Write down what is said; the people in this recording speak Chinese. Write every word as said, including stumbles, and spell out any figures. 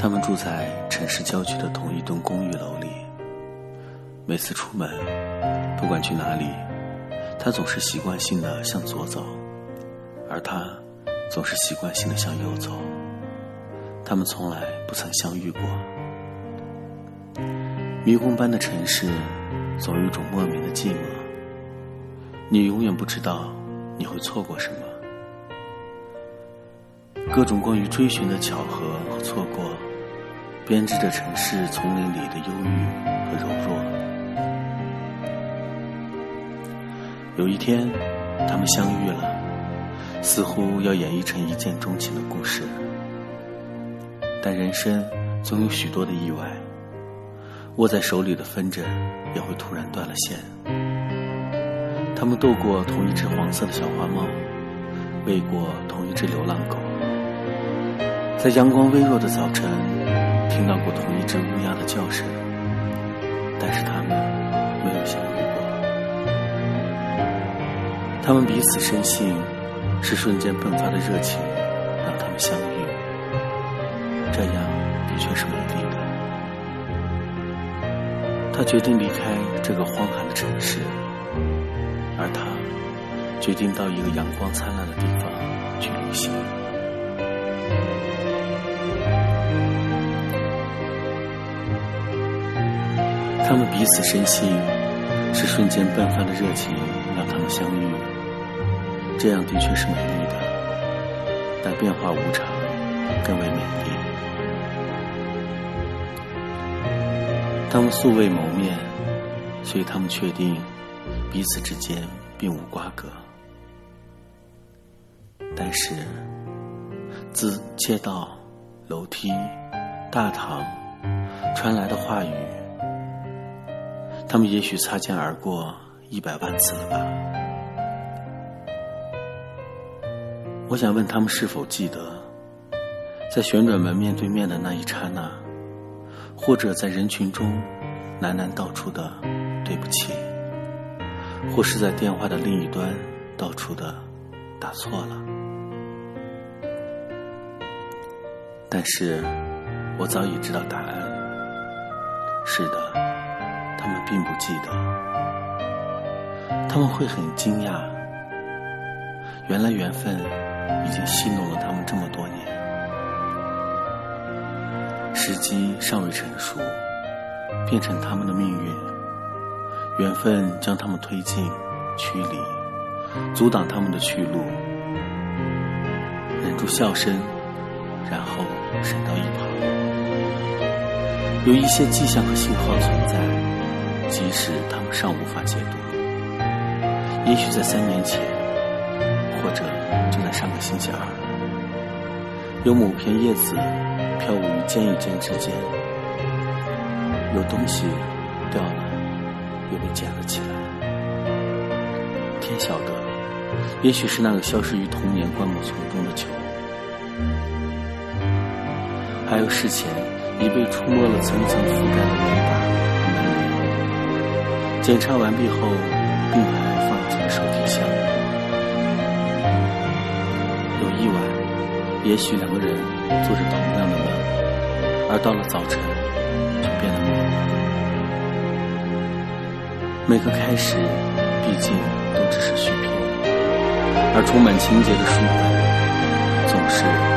他们住在城市郊区的同一栋公寓楼里，每次出门，不管去哪里，他总是习惯性地向左走，而他总是习惯性地向右走。他们从来不曾相遇过。迷宫般的城市，总有一种莫名的寂寞，你永远不知道你会错过什么。各种关于追寻的巧合和错过，编织着城市丛林里的忧郁和柔弱。有一天，他们相遇了，似乎要演绎成一见钟情的故事。但人生总有许多的意外，握在手里的风筝也会突然断了线。他们斗过同一只黄色的小花猫，喂过同一只流浪狗，在阳光微弱的早晨听到过同一只乌鸦的叫声，但是他们没有相遇过。他们彼此深信，是瞬间迸发的热情让他们相遇，这样的确是美丽的。他决定离开这个荒寒的城市，而他决定到一个阳光灿烂的地方去旅行。他们彼此深信，是瞬间迸发的热情让他们相遇，这样的确是美丽的，但变化无常更为美丽。他们素未谋面，所以他们确定彼此之间并无瓜葛。但是自街道、楼梯、大堂传来的话语，他们也许擦肩而过一百万次了吧。我想问他们是否记得，在旋转门面对面的那一刹那，或者在人群中喃喃道出的对不起，或是在电话的另一端道出的打错了。但是我早已知道答案，是的，他们并不记得。他们会很惊讶，原来缘分已经戏弄了他们这么多年。时机尚未成熟，变成他们的命运，缘分将他们推进驱离，阻挡他们的去路。忍住笑声，然后闪到一旁。有一些迹象和信号存在，即使他们尚无法解读。也许在三年前，或者就在上个星期二，有某片叶子飘舞于间与间之间，有东西掉了又被捡了起来。天晓得，也许是那个消失于童年灌木丛中的球。还有事前已被触摸了层层覆盖的门把和门铃，检查完毕后并排放进手提箱。有意外，也许两个人做着同样的梦，而到了早晨就变得模糊。每个开始毕竟都只是续篇，而充满情节的书本总是